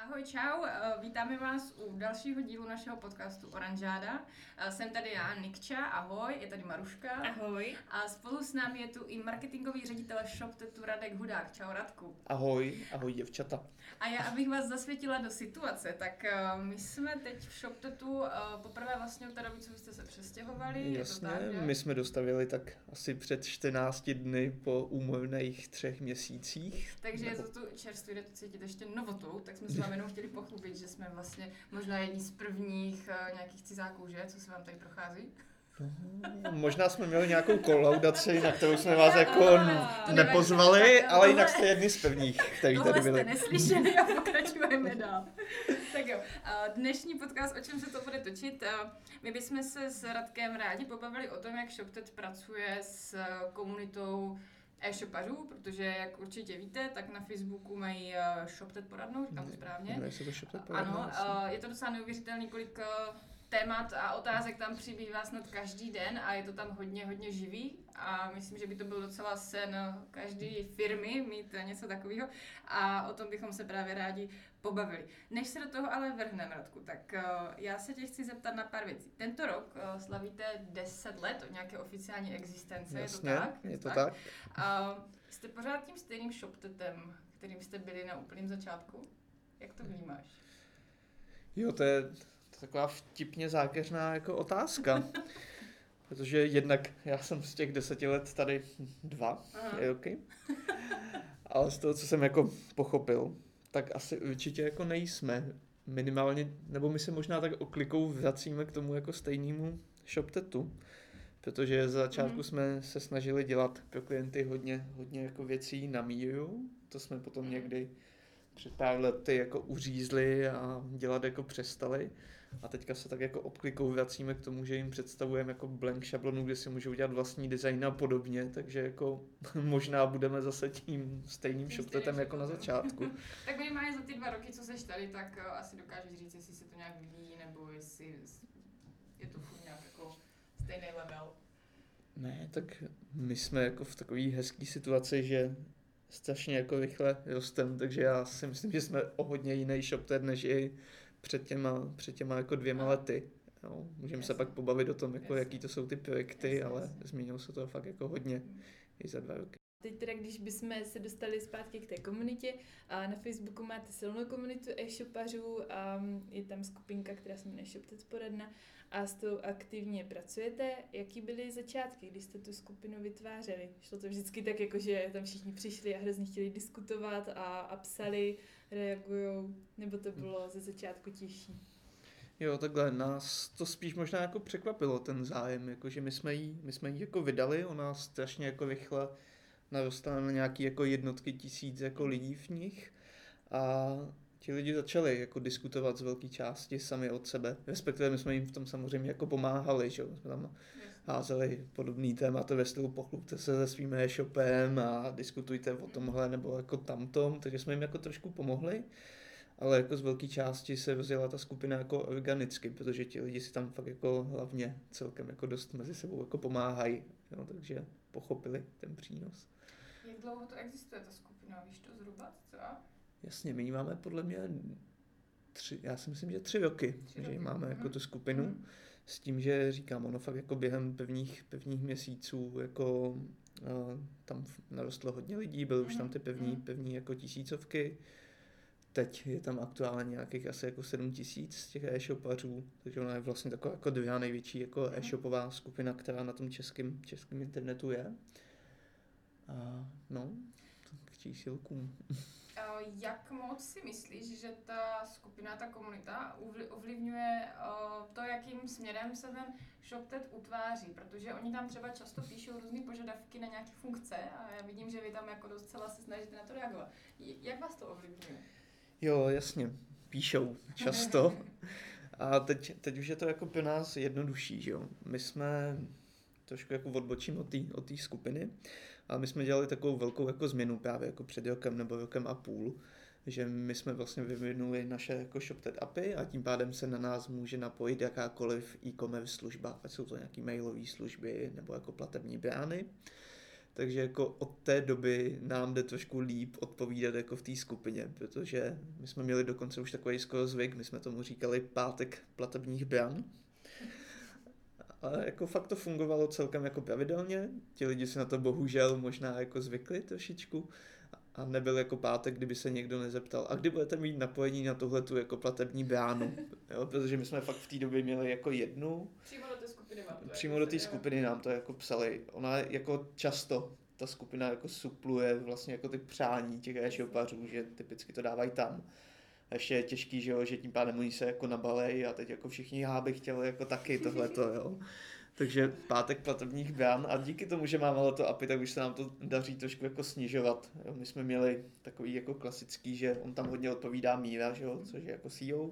Ahoj, čau, vítáme vás u dalšího dílu našeho podcastu Oranžáda. Jsem tady já, Nikča, ahoj, je tady Maruška. Ahoj. A spolu s námi je tu i marketingový ředitel ShopTetu Radek Hudák. Čau, Radku. Ahoj, ahoj děvčata. A já, abych vás zasvětila do situace, tak my jsme teď v ShopTetu poprvé vlastně od té doby, co vy jste se přestěhovali. Jasně, je to tak, že? my jsme dostavili tak asi před 14 dny po úmorných 3 měsících. Takže je to tu čerstvě, jde to cítit ještě novotou, tak jsme s vámi jenom chtěli pochlubit, že jsme vlastně možná jedni z prvních nějakých cizáků, že? Co se vám tady prochází? No, možná jsme měli nějakou kolaudaci, na kterou jsme vás jako to nepozvali, nevadí. ale jinak jste jedni z prvních, kteří Tohle tady byli. jste neslyšeli a pokračujeme dál. Tak jo, dnešní podcast, o čem se to bude točit, my bychom se s Radkem rádi pobavili o tom, jak ShopTet pracuje s komunitou e-shopařů, protože jak určitě víte, tak na Facebooku mají ShopTet poradnou, říkám to správně. Jmenuje se to ShopTet poradna, Ano, jasně. je to docela neuvěřitelný, kolik témat a otázek tam přibývá snad každý den a je to tam hodně živý a myslím, že by to byl docela sen každé firmy mít něco takového a o tom bychom se právě rádi pobavili. Než se do toho ale vrhneme, Radku, tak já se tě chci zeptat na pár věcí. Tento rok slavíte 10 let od nějaké oficiální existence, Jasně, je to tak? je to tak. Jste pořád tím stejným ShopTetem, kterým jste byli na úplném začátku? Jak to vnímáš? Jo, to je taková vtipně zákeřná jako otázka. Protože jednak já jsem z těch 10 let tady 2 roky. Ale z toho, co jsem jako pochopil, tak asi určitě jako nejsme. Minimálně, nebo my se možná tak oklikou vracíme k tomu jako stejnému ShopTetu. Protože za začátku jsme se snažili dělat pro klienty hodně jako věcí na míru. To jsme potom někdy před pár lety jako uřízli a dělat jako přestali. A teďka se tak jako obklikou vracíme k tomu, že jim představujeme jako blank šablonu, kde si můžou dělat vlastní design a podobně, takže jako možná budeme zase tím stejným ShopTetem jako na začátku. Tak minimálně za ty 2 roky, co seš tady, tak asi dokážeš říct, jestli se to nějak vyvíjí, nebo jestli je to furt nějak jako stejný level. Ne, tak my jsme jako v takové hezké situaci, že strašně jako rychle rostem, takže já si myslím, že jsme o hodně jiný ShopTet než i před těma jako 2 lety. Jo, můžeme se pak pobavit o tom, jako jaký to jsou ty projekty, ale změnilo se to fakt jako hodně i za 2 roky. Teď teda, když bychom se dostali zpátky k té komunitě, a na Facebooku máte silnou komunitu e-shopařů a je tam skupinka, která se jmenuje ShopTet poradna a s tou aktivně pracujete. Jaký byly začátky, když jste tu skupinu vytvářeli? Šlo to vždycky tak, jako že tam všichni přišli a hrozně chtěli diskutovat a psali, reagujou, nebo to bylo ze začátku těžší? Jo, takhle, nás to spíš možná jako překvapilo, ten zájem, jakože my jsme jí jako vydali, ona strašně jako rychle narostla na nějaký jako jednotky tisíc jako lidí v nich a ti lidi začali jako diskutovat z velké části sami od sebe, respektive my jsme jim v tom samozřejmě jako pomáhali, že jsme tam házeli podobný témata ve stylu pochlubte se se svým e-shopem a diskutujte o tomhle nebo jako tamtom, takže jsme jim jako trošku pomohli. Ale jako z velké části se rozjela ta skupina jako organicky, protože ti lidi si tam fakt jako hlavně celkem jako dost mezi sebou jako pomáhají, jo, takže pochopili ten přínos. Jak dlouho to existuje, ta skupina, víš to zhruba třeba? Jasně, my ji máme podle mě já si myslím, že 3 roky, že ji máme jako tu skupinu, s tím, že říkám, ono fakt jako během pevných měsíců jako tam narostlo hodně lidí, byly už tam ty pevní jako tisícovky. Teď je tam aktuálně nějakých asi jako 7 000 z těch e-shopařů, takže ona je vlastně taková jako druhá největší jako e-shopová skupina, která na tom českém internetu je. A no, k čísilkům. Jak moc si myslíš, že ta skupina, ta komunita ovlivňuje to, jakým směrem se ten ShopTet utváří, protože oni tam třeba často píšou různé požadavky na nějaké funkce a já vidím, že vy tam jako docela se snažíte na to reagovat. Jak vás to ovlivňuje? Jo, jasně, píšou často. A teď už je to jako pro nás jednodušší, že jo. My jsme trošku jako odbočím od té skupiny, ale my jsme dělali takovou velkou jako změnu právě jako před rokem nebo rokem a půl, že my jsme vlastně vyvinuli naše jako ShopTet API a tím pádem se na nás může napojit jakákoliv e-commerce služba, ať jsou to nějaké mailové služby nebo jako platební brány. takže jako od té doby nám jde trošku líp odpovídat jako v té skupině, protože my jsme měli dokonce už takový skoro zvyk, my jsme tomu říkali pátek platebních bran. A jako fakt to fungovalo celkem jako pravidelně, ti lidi si na to bohužel možná jako zvykli trošičku a nebyl jako pátek, kdyby se někdo nezeptal, a kdy budete mít napojení na tuhletu jako platební bránu, jo? Protože my jsme fakt v té době měli jako jednu. Přímo do té skupiny vám to Přímo do té skupiny nám to jako psali. Ona jako často, ta skupina jako supluje vlastně jako ty přání těch e-shopařů, že typicky to dávají tam. A ještě je těžký, že tím pádem oni se jako nabalej a teď jako všichni, já bych chtěl jako taky tohleto, jo. Takže pátek platebních brán a díky tomu, že máme to API, tak už se nám to daří trošku jako snižovat. Jo. My jsme měli takový jako klasický, že on tam hodně odpovídá Míra, že jo, což je jako CEO.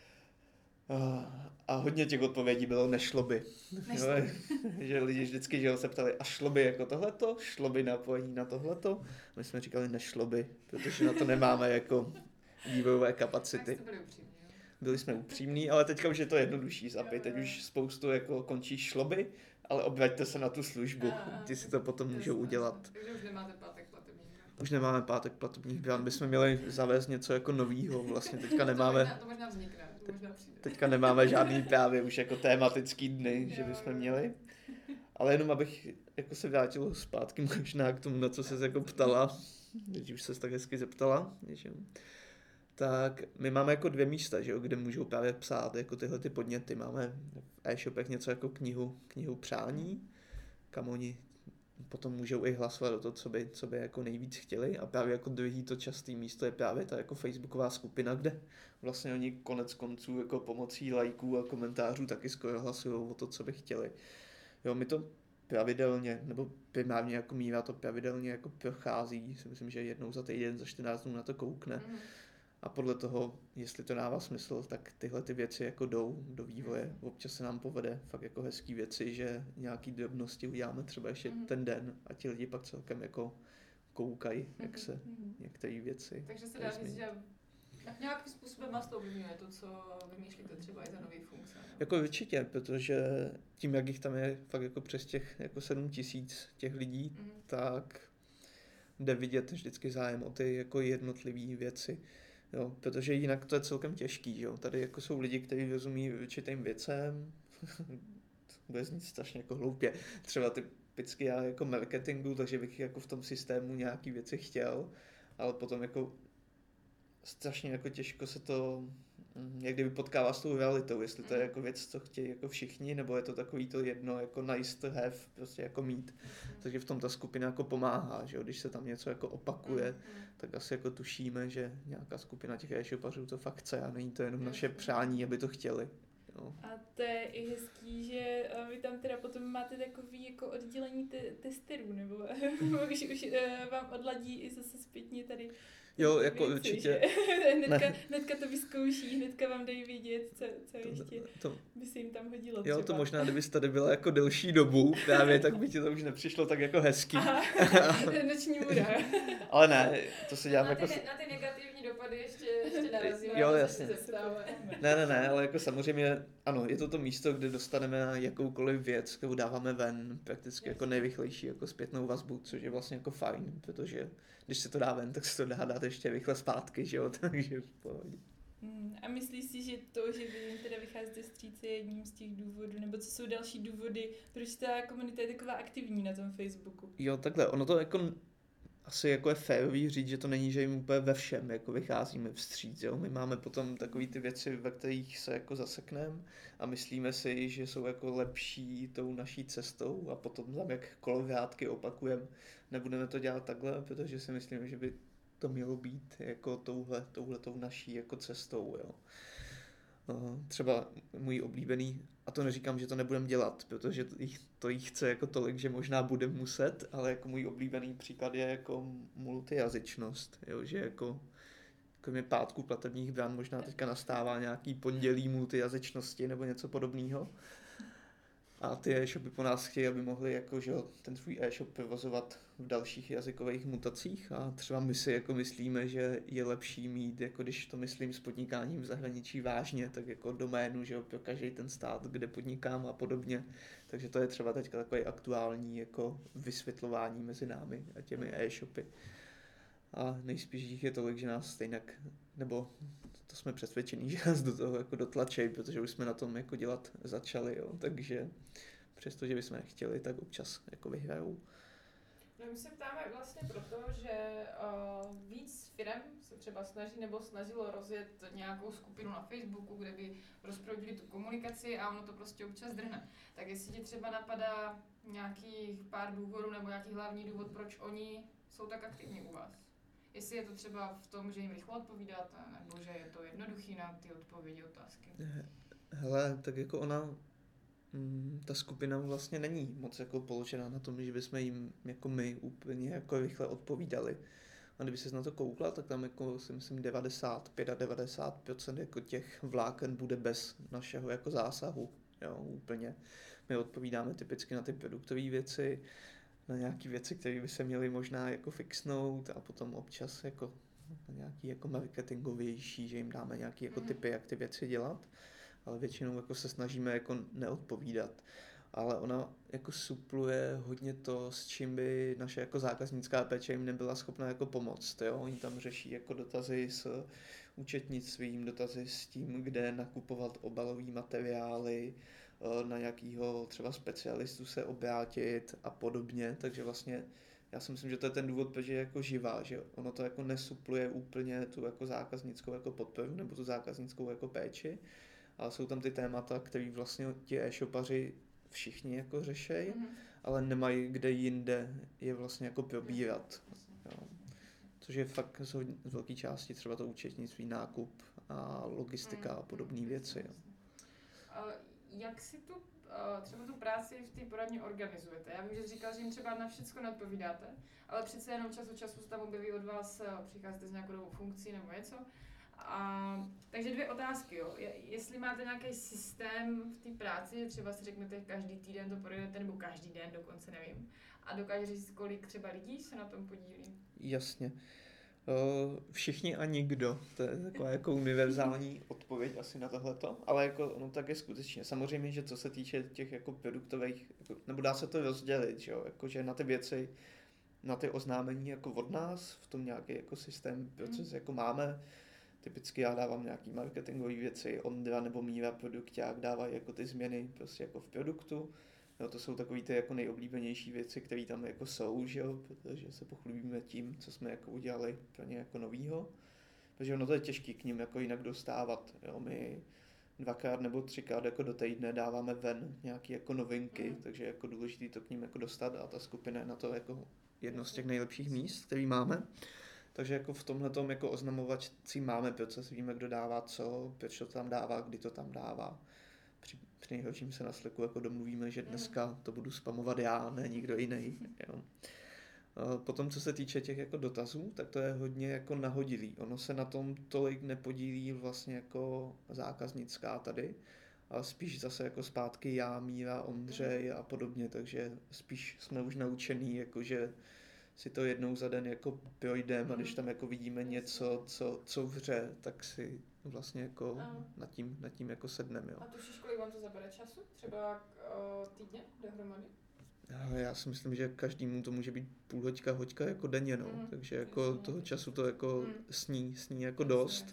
A hodně těch odpovědí bylo nešlo by. Jo, že lidi vždycky že se ptali, a šlo by jako tohleto, šlo by napojení na tohleto. My jsme říkali nešlo by, protože na to nemáme jako vývojové kapacity. Byli jsme upřímní, ale teďka už je to jednodušší z API. Teď už spoustu jako končí šloby, ale obraťte se na tu službu. Ti si to potom můžou udělat. Takže už nemáte pátek platebních bran. Už nemáme pátek platebních bran. Bychom měli zavést něco jako novýho. Vlastně teďka nemáme. To možná vznikne, to možná přijde. Teďka nemáme žádný právě už jako tematický dny, že bychom měli. Ale jenom abych jako se vrátil zpátky možná k tomu, na co se jako ptala. Když už se tak hezky zeptala. Že? Tak my máme jako 2 místa, že jo, kde můžou právě psát jako tyhle ty podněty. Máme v e-shopech něco jako knihu přání, kam oni potom můžou i hlasovat o to, co by jako nejvíc chtěli. A právě jako druhý to častý místo je právě ta jako facebooková skupina, kde vlastně oni konec konců jako pomocí lajků a komentářů taky skoro hlasují o to, co by chtěli. Jo, my to pravidelně, nebo primárně jako Míra to pravidelně jako prochází. Si myslím, že jednou za týden, za 14 dnů na to koukne. A podle toho, jestli to dává smysl, tak tyhle ty věci jako jdou do vývoje. Občas se nám povede fakt jako hezký věci, že nějaký drobnosti uděláme třeba ještě ten den a ti lidi pak celkem jako koukají, jak se některé věci. Takže se dá říct, že nějakým způsobem vás to ovlivňuje to, co vymýšlíte třeba i za nový funkce. No? Jako určitě, protože tím, jak jich tam je fakt jako přes těch jako 7 000 těch lidí, tak jde vidět vždycky zájem o ty jako jednotlivé věci. Jo, protože jinak to je celkem těžký, jo. Tady jako jsou lidi, kteří rozumí určitým věcem, bude znít strašně jako hloupě. Třeba typicky já jako marketingu, takže bych jako v tom systému nějaký věci chtěl, ale potom jako strašně jako těžko se to jak kdyby potkává s tou realitou, jestli to je jako věc, co chtějí jako všichni, nebo je to takový to jedno jako nice to have, prostě jako mít. Takže v tom ta skupina jako pomáhá, že jo? Když se tam něco jako opakuje, tak asi jako tušíme, že nějaká skupina těch e-shopařů to fakt chce a není to jenom naše přání, aby to chtěli. Jo. A to je i hezký, že vy tam teda potom máte takový jako oddělení testerů, nebo už vám odladí i zase zpětně tady. Jo, jako věci, určitě. Hnedka to vyzkouší, hnedka vám dají vědět, co ještě by se jim tam hodilo. Jo, to možná, kdybyste tady byla jako delší dobu právě, tak by ti to už nepřišlo tak jako hezký. Noční můra. Ale ne, to se dělám jako... Na ty negativní dopady ještě narazíme. Jo, jasně. Ne, ale jako samozřejmě, ano, je to místo, kde dostaneme na jakoukoliv věc, kterou dáváme ven, prakticky jako nejrychlejší jako zpětnou vazbu, což je vlastně jako fajn, protože když se to dá ven, tak se to dá dát ještě rychle zpátky, že jo, takže v pohodě. A myslíš si, že to, že vy jim teda vycházíte vstříc, je jedním z těch důvodů, nebo co jsou další důvody, proč ta komunita je taková aktivní na tom Facebooku? Jo, takhle, ono to jako asi jako je férový říct, že to není, že jim úplně ve všem jako vycházíme vstříc, jo. My máme potom takový ty věci, ve kterých se jako zasekneme a myslíme si, že jsou jako lepší tou naší cestou a potom tam jak kolovrátky opakujeme, nebudeme to dělat takhle, protože si myslíme, že by to mělo být jako touhletou naší jako cestou, jo. Třeba můj oblíbený, a to neříkám, že to nebudem dělat, protože to jich chce jako tolik, že možná budem muset, ale jako můj oblíbený příklad je jako multijazyčnost, jo, že jako kromě pátku platebních bran možná teďka nastává nějaký pondělí multijazyčnosti nebo něco podobného. A ty e-shopy po nás chtějí, aby mohli jako, že ten tvůj e-shop provozovat v dalších jazykových mutacích a třeba my si jako myslíme, že je lepší mít, jako když to myslím s podnikáním v zahraničí vážně, tak jako doménu, že pro každý ten stát, kde podnikám a podobně. Takže to je třeba teďka takový aktuální jako vysvětlování mezi námi a těmi e-shopy. A nejspíš jich je tolik, že nás stejně, nebo to jsme přesvědčení, že nás do toho jako dotlačí, protože už jsme na tom jako dělat začali, jo. Takže přestože bychom nechtěli, tak občas jako vyhrajou. No my se ptáme vlastně proto, že víc firem se třeba snaží nebo snažilo rozjet nějakou skupinu na Facebooku, kde by rozproudili tu komunikaci a ono to prostě občas drhne. Tak jestli ti třeba napadá nějakých pár důvodů nebo nějaký hlavní důvod, proč oni jsou tak aktivní u vás? Jestli je to třeba v tom, že jim rychle odpovídáte, nebo že je to jednoduchý na ty odpovědi, otázky? Hele, tak jako ona, ta skupina vlastně není moc jako položená na tom, že bychom jim jako my úplně jako rychle odpovídali. A kdyby se na to koukla, tak tam jako si myslím 95-90% jako těch vláken bude bez našeho jako zásahu, jo, úplně. My odpovídáme typicky na ty produktové věci, na nějaké věci, které by se měly možná jako fixnout a potom občas jako na nějaký jako marketingovější, že jim dáme nějaké jako tipy, jak ty věci dělat, ale většinou jako se snažíme jako neodpovídat. Ale ona jako supluje hodně to, s čím by naše jako zákaznická péče jim nebyla schopna jako pomoct. Jo? Oni tam řeší jako dotazy s účetnictvím, dotazy s tím, kde nakupovat obalové materiály, na nějakýho třeba specialistu se obrátit a podobně, takže vlastně já si myslím, že to je ten důvod, proč je jako živá, že ono to jako nesupluje úplně tu jako zákaznickou jako podporu nebo tu zákaznickou jako péči, ale jsou tam ty témata, které vlastně ti e-shopaři všichni jako řešejí, ale nemají kde jinde je vlastně jako probírat. Jo. Což je fakt z velké části třeba to účetnictví, nákup a logistika a podobné věci. Jo. Jak si třeba tu práci v té poradně organizujete? Já vím, že jsi říkal, že jim třeba na všechno neodpovídáte, ale přece jenom čas od času se tam objeví od vás, přicházíte s nějakou novou funkcí nebo něco. Takže 2 otázky, jo. Jestli máte nějaký systém v té práci, třeba si řeknete, každý týden to projedete, nebo každý den dokonce, nevím. A dokáže říct, kolik třeba lidí se na tom podílí? Jasně. Všichni a nikdo, to je taková jako univerzální odpověď asi na tohleto, ale jako ono tak je skutečně. Samozřejmě, že co se týče těch jako produktových, jako, nebo dá se to rozdělit, že jo, jakože na ty věci, na ty oznámení jako od nás, v tom nějaký jako systém, proces jako máme. Typicky já dávám nějaký marketingové věci, Ondra nebo Míra produkťák dávají jako ty změny prostě jako v produktu. Jo, to jsou takový ty jako nejoblíbenější věci, které tam jako jsou, že jo, protože se pochlubíme tím, co jsme jako udělali pro ně jako novýho. Protože ono to je těžké k ním jako jinak dostávat. Jo, my 2x nebo 3x jako do týdne dáváme ven nějaké jako novinky, takže je jako důležité to k ním jako dostat a ta skupina je na to jako jedno z těch nejlepších míst, který máme. Takže jako v tomhletom jako oznamovačcí máme proces, víme, kdo dává co, proč to tam dává, kdy to tam dává. Při nejhorším se na Slacku jako domluvíme, že dneska to budu spamovat já, ne nikdo jiný. Jo. Potom, co se týče těch jako dotazů, tak to je hodně jako nahodilý. Ono se na tom tolik nepodílí vlastně jako zákaznická tady, ale spíš zase jako zpátky já, Míra, Ondřej a podobně, takže spíš jsme už naučený, jakože si to jednou za den jako projdeme a když tam jako vidíme něco, co vře, tak si vlastně jako nad tím jako sedneme. A tušíš, kolik vám to zabere času? Třeba týdně dohromady? Já si myslím, že každému to může být půl hoďka jako denně, no. Takže jako toho času to jako sní jako dost,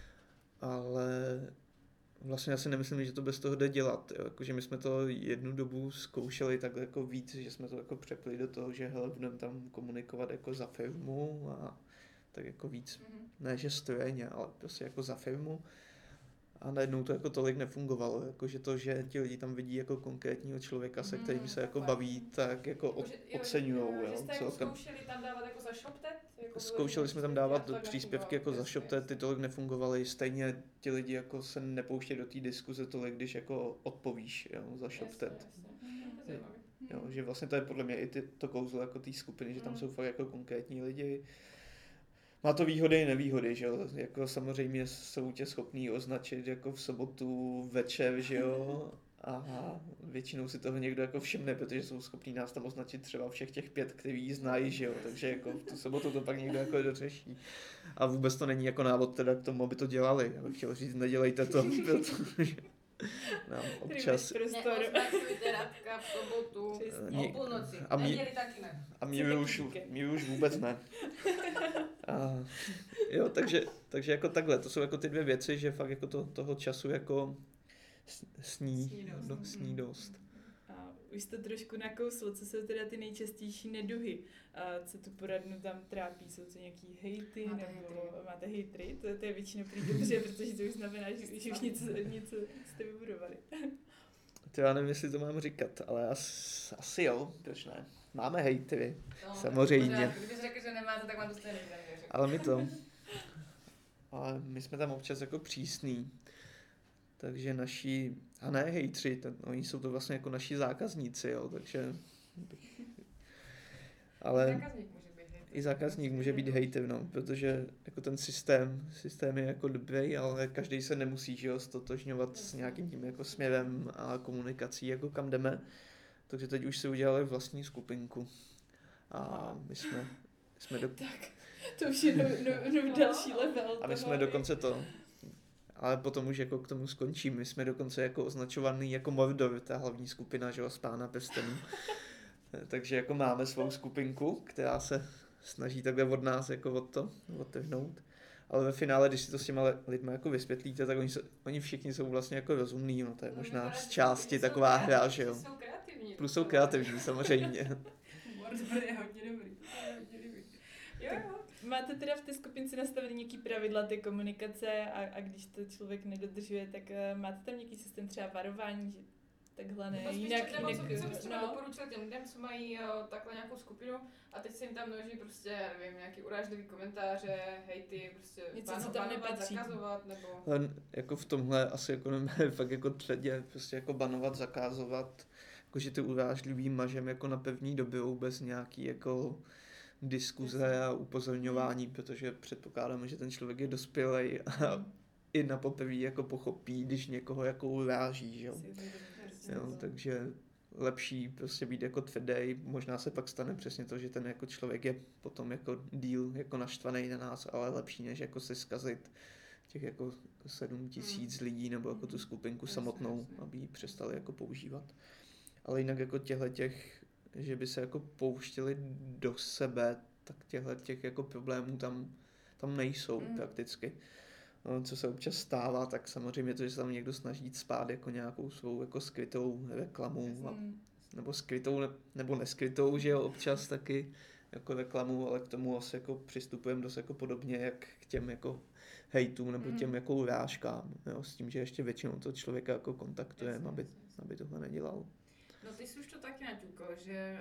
ale vlastně já si nemyslím, že to bez toho jde dělat. Jo. Jakože my jsme to jednu dobu zkoušeli tak jako víc, že jsme to jako přepli do toho, že hele, budeme tam komunikovat jako za firmu a tak jako víc, ne že strojeně, ale prostě jako za firmu. A najednou to jako tolik nefungovalo, jakože to, že ti lidi tam vidí jako konkrétního člověka, se kterým se jako baví, tak jako oceňujou. Že jste jako zkoušeli tam dávat jako za ShopTet? Jako zkoušeli jsme tam dávat příspěvky jako za ShopTet, ty tolik nefungovaly, stejně ti lidi jako se nepouštějí do té diskuze tolik, když jako odpovíš, jo, za ShopTet. Jo, že vlastně to je podle mě i to kouzlo jako té skupiny, že tam jsou fakt jako konkrétní lidi. Má to výhody i nevýhody, že jo, jako samozřejmě jsou tě schopný označit jako v sobotu večer, že jo, A většinou si toho někdo jako všimne, protože jsou schopní nás tam označit třeba všech těch 5, který ji znají, že jo, takže jako v tu sobotu to pak někdo jako dořeší. A vůbec to není jako návod teda k tomu, aby to dělali. Já bych chtěl říct, nedělejte to, protože nám občas... Neoznačujte Radka v sobotu o půlnoci. Neděli taky ne. A mě už vůbec ne. A, jo, takže jako takhle, to jsou jako ty 2 věci, že fakt jako toho času jako sní dost. A už jste trošku nakousl, co jsou teda ty nejčastější neduhy, a co tu poradnu tam trápí, jsou to nějaký hejty, máte hejtry, to je většinou prý dobře, protože to už znamená, že už něco jste vybudovali. To já nevím, jestli to mám říkat, ale asi jo, proč ne. Máme hejtry, No, samozřejmě. Kdybys řekl, že nemáte, tak vám to stejně neřekl. Ale my jsme tam občas jako přísný. Takže naši, a ne hejtři, oni jsou to vlastně jako naši zákazníci, jo, takže... Ale i zákazník může být hejter, no, protože jako ten systém je jako dobrý, ale každý se nemusí, že jo, stotožňovat s nějakým tím jako směrem a komunikací, jako kam jdeme. Takže teď už si udělali vlastní skupinku. A my jsme Tak, to už je další level. A my jsme dokonce to... Ale potom už jako k tomu skončím. My jsme dokonce jako označovaný jako Mordor, ta hlavní skupina, že jo, z Pána prstenů. Takže jako máme svou skupinku, která se snaží takhle od nás jako odtrhnout. Ale ve finále, když si to s těma lidma jako vysvětlíte, tak oni všichni jsou vlastně jako rozumní, no to je možná z části taková hra, že jo. Plus jsou kreativní, samozřejmě. Mordor je hodně dobrý. Jo. Máte teda v té skupince nastavený nějaký pravidla té komunikace a když to člověk nedodržuje, tak máte tam nějaký systém třeba varování, že takhle ne, jinak co bys třeba doporučil těm lidem, co mají takhle nějakou skupinu a teď se jim tam množí prostě, já nevím, nějaký urážlivý komentáře, hejty, prostě něco, co tam nepatří. Zakazovat, nebo... Ale jako v tomhle asi jako nemáme fakt jako tvrdě, prostě jako banovat, zakázovat, jakože ty urážlivý mažem jako na pevný dobu bez nějaký jako diskuze a upozorňování, protože předpokládáme, že ten člověk je dospělej a i na poprvé jako pochopí, když někoho jako uráží, že jo. Takže lepší prostě být jako tvrdý, možná se pak stane přesně to, že ten jako člověk je potom jako díl jako naštvaný na nás, ale lepší, než jako si zkazit těch jako 7 000 lidí nebo jako tu skupinku samotnou, aby ji přestali jako používat. Ale jinak jako těch, že by se jako pouštěli do sebe, tak těch jako problémů tam nejsou prakticky. No, co se občas stává, tak samozřejmě to, že se tam někdo snaží jít spát jako nějakou svou jako skrytou reklamu, nebo skrytou nebo neskrytou, že jo, občas taky jako reklamu, ale k tomu asi jako přistupujeme dost jako podobně, jak k těm jako hejtům nebo těm jako urážkám, jo, s tím, že ještě většinou toho člověka jako kontaktujeme, aby tohle nedělal. No ty jsi už to taky naťukal, že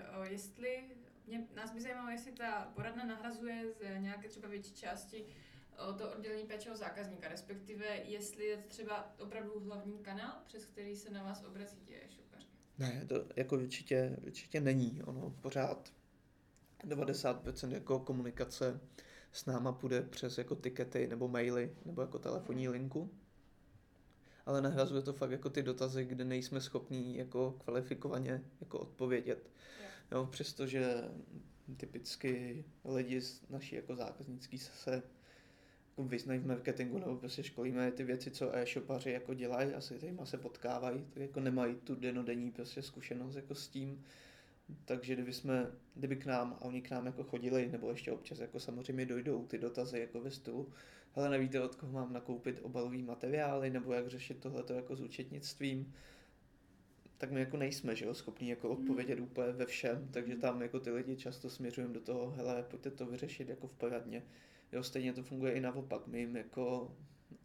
nás by zajímalo, jestli ta poradna nahrazuje z nějaké třeba větší části to oddělení péče o zákazníka, respektive jestli je to třeba opravdu hlavní kanál, přes který se na vás obrací ti e-shopaři. Ne, to jako určitě není. Ono pořád 90% jako komunikace s náma půjde přes jako tikety nebo maily nebo jako telefonní linku. Ale nahrazuje to fakt jako ty dotazy, kde nejsme schopní jako kvalifikovaně jako odpovědět. Jo, přestože typicky lidi z naší jako zákaznický se jako vyznají v marketingu nebo prostě školíme ty věci, co e-shopaři jako dělají a se kterýma se potkávají, tak jako nemají tu denodenní prostě zkušenost jako s tím. Takže kdyby k nám a oni k nám jako chodili, nebo ještě občas jako samozřejmě dojdou ty dotazy jako ve stylu, hele, nevíte, od koho mám nakoupit obalový materiály, nebo jak řešit tohleto jako s účetnictvím, tak my jako nejsme, že jo, schopní jako odpovědět úplně ve všem, takže tam jako ty lidi často směřujeme do toho, hele, pojďte to vyřešit jako v poradně. Jo, stejně to funguje i naopak, my jim jako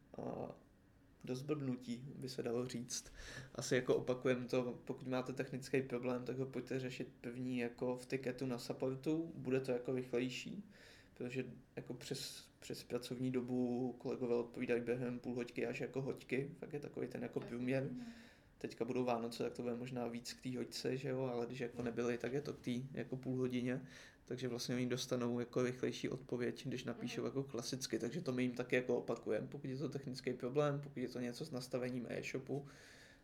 do zblbnutí, by se dalo říct. Asi jako opakujeme to, pokud máte technický problém, tak ho pojďte řešit první jako v tiketu na supportu, bude to jako rychlejší, protože jako přes pracovní dobu kolegové odpovídají během půl hoďky až jako hoďky, tak je takový ten jako průměr. Teďka budou Vánoce, tak to bude možná víc k té hoďce, že jo, ale když jako nebyly, tak je to k té jako půl hodině. Takže vlastně oni dostanou jako rychlejší odpověď, když napíšou jako klasicky, takže to my jim taky jako opakujeme. Pokud je to technický problém, pokud je to něco s nastavením e-shopu,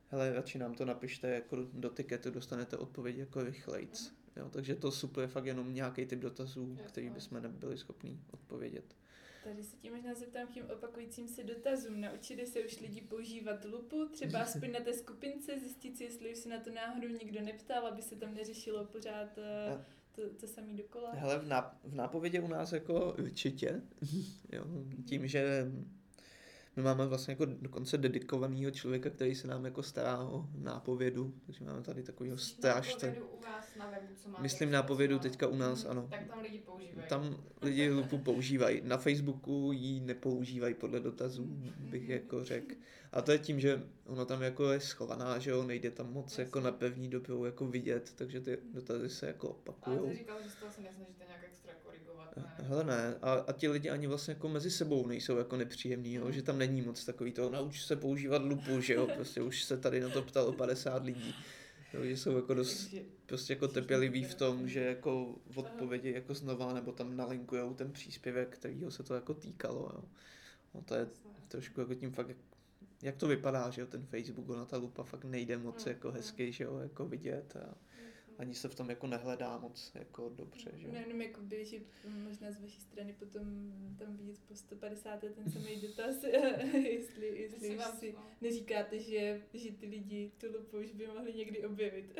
hele, radši nám to napište jako do tiketu, dostanete odpověď jako rychlejc. Jo, takže to supluje fakt jenom nějaký typ dotazů, který bychom nebyli schopni odpovědět. Tady se tím možná zeptám k těm opakujícím se dotazům. Naučili se už lidi používat lupu, třeba aspoň na té skupince, zjistit si, jestli už se na to náhodou nikdo neptal, aby se tam neřešilo pořád to samý dokola? Hele, v nápovědě u nás jako určitě, jo, tím, že my máme vlastně jako dokonce dedikovaného člověka, který se nám jako stará o nápovědu, takže máme tady takovýho strážce. Nápovědu u vás na webu, co máte? Myslím nápovědu teďka u nás, ano. Tak tam lidi používají. Tam lidi lupu používají. Na Facebooku ji nepoužívají podle dotazů, bych jako řekl. A to je tím, že ona tam jako je schovaná, že jo, nejde tam moc jako na pevní dobu jako vidět, takže ty dotazy se jako opakujou. Ale ty říkal, že z toho se nesnažíte nějak extra korigovat, ne? Hele ne, a ti lidi ani vlastně jako mezi sebou nejsou jako nepříjemný, jo? Že tam není moc takový to, nauč se používat lupu, že jo, prostě už se tady na to ptalo 50 lidí. Jo, že jsou jako dost prostě jako trpěliví v tom, že jako v odpovědi jako znova, nebo tam nalinkujou ten příspěvek, kterýho se to jako týkalo, jo. No to je trošku jako tím fakt, jak to vypadá, že jo, ten Facebook, ona ta lupa fakt nejde moc jako hezky, že jo, jako vidět a ani se v tom jako nehledá moc jako dobře, že jo. No jenom jako by, že možná z vaší strany potom tam vidět po 150. ten samý dotaz, jestli už si neříkáte, že ty lidi tu lupu už by mohli někdy objevit.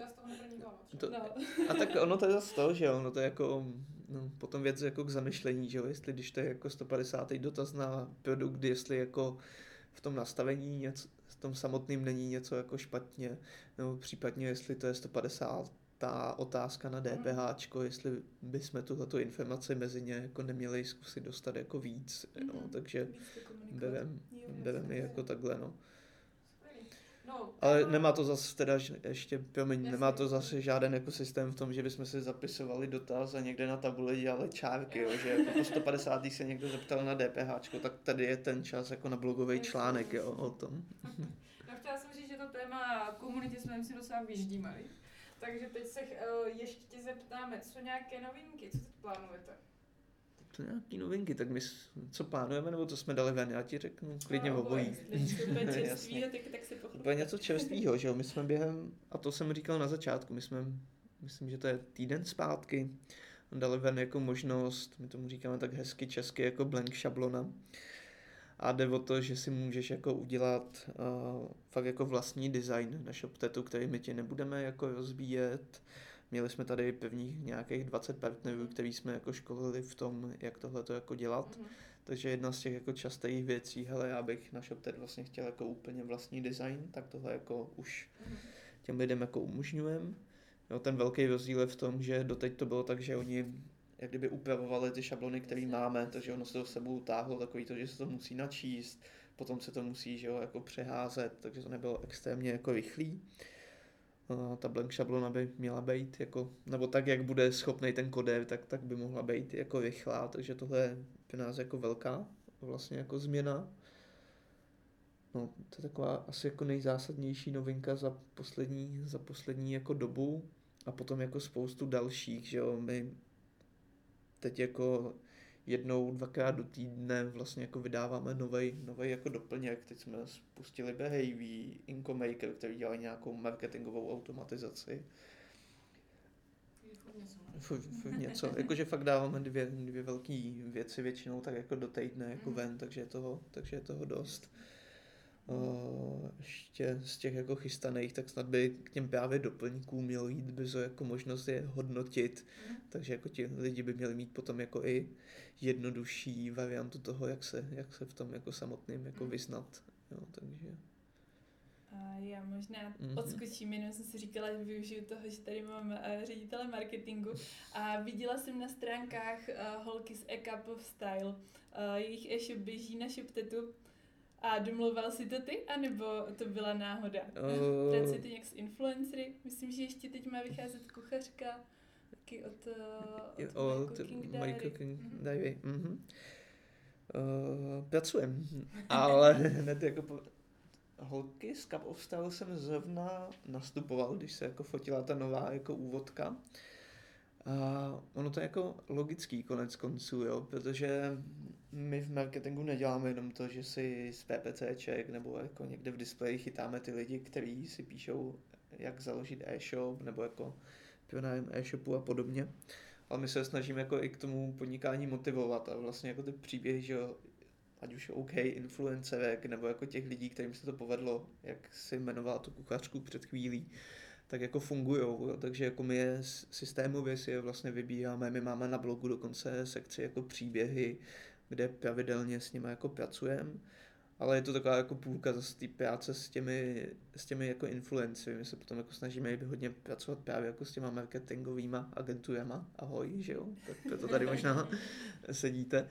A tak ono to je zase to, že jo, ono to je jako potom věc jako k zamyšlení, že jo, jestli když to je jako 150. dotaz na produkt, jestli jako v tom nastavení něco, v tom samotným není něco jako špatně, nebo případně jestli to je 150. otázka na DPHčko, jestli bychom tuhleto informaci mezi ně jako neměli zkusit dostat jako víc, jo, takže bereme jako takhle, no. Ale nemá to zase teda ještě, nemá to zase žádný jako systém v tom, že bychom si zapisovali dotaz a někde na tabuli dělali čárky, jo, že jako po 150. se někdo zeptal na DPHčko, tak tady je ten čas jako na blogový článek, jo, o tom. No, chtěla jsem říct, že to téma komunity jsme myslím docela vyždímali, takže teď se ještě tě zeptáme, co nějaké novinky, co teď plánujete? To nějaký novinky, tak my co plánujeme, nebo co jsme dali ven, já ti řeknu klidně obojí. Úplně čerstvýho, tak si pochopíte. Úplně něco čerstvýho, že jo, my jsme během, a to jsem říkal na začátku, my jsme, myslím, že to je týden zpátky, dali ven jako možnost, my tomu říkáme tak hezky česky, jako blank šablona. A jde o to, že si můžeš jako udělat fakt jako vlastní design na ShopTetu, který my ti nebudeme jako rozbíjet. Měli jsme tady prvních nějakých 20 partnerů, který jsme jako školili v tom, jak tohle to jako dělat. Takže jedna z těch jako častých věcí, hele, já bych na ShopTet vlastně chtěl jako úplně vlastní design, tak tohle jako už těm lidem jako umožňujeme. Jo, ten velký rozdíl je v tom, že doteď to bylo tak, že oni jak kdyby upravovali ty šablony, které máme, takže ono se to s sebou táhlo takový to, že se to musí načíst, potom se to musí, že jo, jako přeházet, takže to nebylo extrémně jako rychlý. Ta blank šablona by měla být jako, nebo tak, jak bude schopný ten kodér, tak by mohla být jako rychlá, takže tohle je pro nás jako velká vlastně jako změna. No, to je taková asi jako nejzásadnější novinka za poslední jako dobu a potom jako spoustu dalších, že jo, my teď jako jednou, dvakrát do týdne vlastně jako vydáváme novej jako doplněk. Teď jsme spustili Behavy, Incomaker, který dělají nějakou marketingovou automatizaci. Něco. Jakože fakt dáváme dvě velké věci většinou tak jako do týdne jako ven, takže je toho dost. Ještě z těch jako chystaných, tak snad by k těm právě doplňkům mělo jít brzo jako možnost je hodnotit, takže jako ti lidi by měli mít potom jako i jednodušší variantu toho, jak se v tom jako samotným jako vyznat, jo, takže. A já možná odskočím, jenom jsem si říkala, že využiju toho, že tady mám ředitele marketingu a viděla jsem na stránkách holky z A Cup of Style, jejich e-shop běží na ShopTetu. A domlouval si to ty, anebo to byla náhoda? Pracujete nějak s influencery? Myslím, že ještě teď má vycházet kuchařka, taky od My Cooking Diary. Pracujem, ale hned jako holky z Cup of Style jsem zrovna nastupoval, když se jako fotila ta nová jako úvodka. A ono to je jako logický konec konců, jo, protože my v marketingu neděláme jenom to, že si z PPCček nebo jako někde v displeji chytáme ty lidi, kteří si píšou, jak založit e-shop nebo jako pronájem e-shopu a podobně. Ale my se snažíme jako i k tomu podnikání motivovat a vlastně jako ty příběhy, že jo, ať už OK influencerek nebo jako těch lidí, kterým se to povedlo, jak si jmenovala tu kuchařku před chvílí, tak jako fungujou, jo. Takže jako my je systémově si je vlastně vybíráme, my máme na blogu dokonce sekci jako příběhy, kde pravidelně s nimi jako pracujeme, ale je to taková jako půlka zase té práce s těmi jako influencery. My se potom jako snažíme i hodně pracovat právě jako s těma marketingovýma agenturama. Ahoj, že jo? Tak proto tady možná sedíte.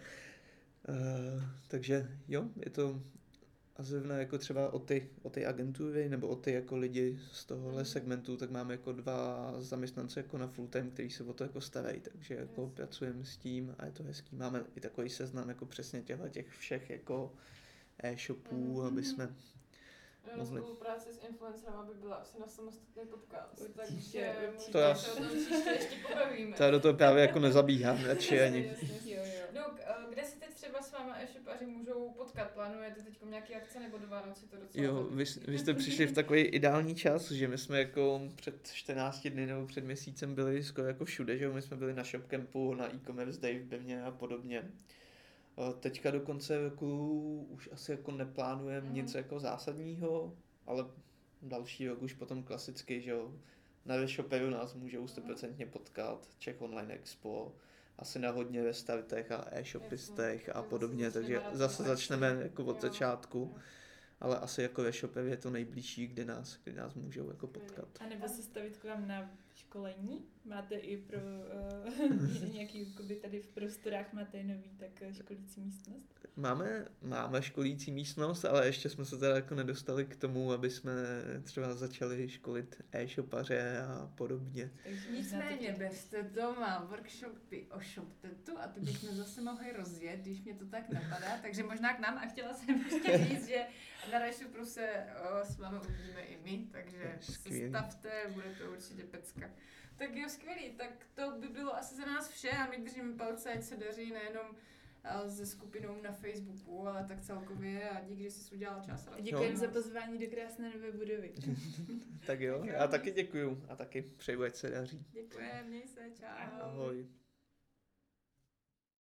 Takže jo, je to a zrovna jako třeba o ty agentury nebo o ty jako lidi z tohohle segmentu, tak máme jako 2 zaměstnance jako na full time, kteří se o to jako starají, takže jako pracujeme s tím a je to hezký. Máme i takový seznam jako přesně těch všech jako e-shopů, aby jsme mohli... Spolupráce s influencerem by byla asi na samostatný podcast, určitě, takže to já... se o tom příště ještě pobavíme. To já do toho právě jako nezabíhám radši ani. No, kde si teď třeba s váma e-shopaři můžou potkat? Plánujete teď nějaké akce nebo do Vánoci to docela? Jo, vy jste přišli v takový ideální čas, že my jsme jako před 14 dny nebo před měsícem byli skoro jako všude, že jo, my jsme byli na ShopCampu, na e-commerce day v Brně a podobně. Teďka do konce roku už asi jako neplánujeme nic jako zásadního, ale další rok už potom klasicky, že jo, na e-shoperu nás můžou 100% potkat, Czech Online Expo, asi na hodně ve startech a e-shopistech a podobně, takže zase začneme jako od začátku, ale asi jako ve shopech je to nejbližší, kde nás můžou jako potkat. A nebo se stavit k vám na školení? Máte i pro nějaký, jakoby tady v prostorách máte nový tak školící místnost? Máme školící místnost, ale ještě jsme se teda jako nedostali k tomu, aby jsme třeba začali školit e-shopaře a podobně. Nicméně berte doma workshopy o ShopTetu a ty bychom zase mohli rozjet, když mě to tak napadá, takže možná k nám a chtěla jsem ještě říct, že na ReShopu se s vámi uvidíme i my, takže se stavte, bude to určitě pecka. Tak jo, skvělý, tak to by bylo asi za nás vše a my držíme palce, ať se daří nejenom se skupinou na Facebooku, ale tak celkově a díky, že jsi udělal čas. Děkujeme za pozvání do krásné nové budovy. Tak jo, já taky děkuju a taky přeju, ať se daří. Děkujeme, měj se, čau. Ahoj.